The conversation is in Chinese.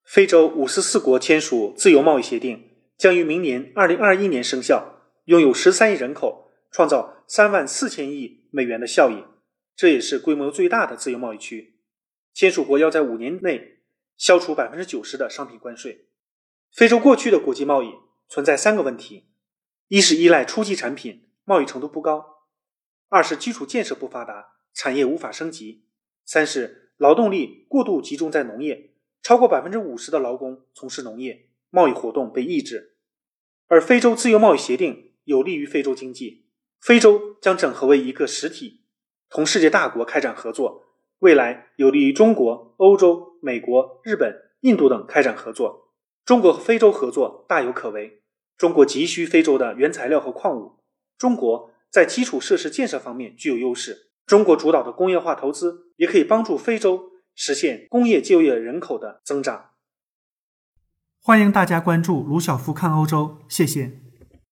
非洲54国签署自由贸易协定，将于明年2021年生效，拥有13亿人口，创造34000亿美元的效益，这也是规模最大的自由贸易区。签署国要在5年内消除 90% 的商品关税。非洲过去的国际贸易存在3个问题：一是依赖初级产品，贸易程度不高；二是基础建设不发达，产业无法升级；三是劳动力过度集中在农业，超过 50% 的劳工从事农业，贸易活动被抑制。而非洲自由贸易协定有利于非洲经济，非洲将整合为一个实体，同世界大国开展合作，未来有利于中国、欧洲、美国、日本、印度等开展合作。中国和非洲合作大有可为，中国急需非洲的原材料和矿物，中国在基础设施建设方面具有优势，中国主导的工业化投资也可以帮助非洲实现工业就业人口的增长。 欢迎大家关注卢晓夫看欧洲，谢谢。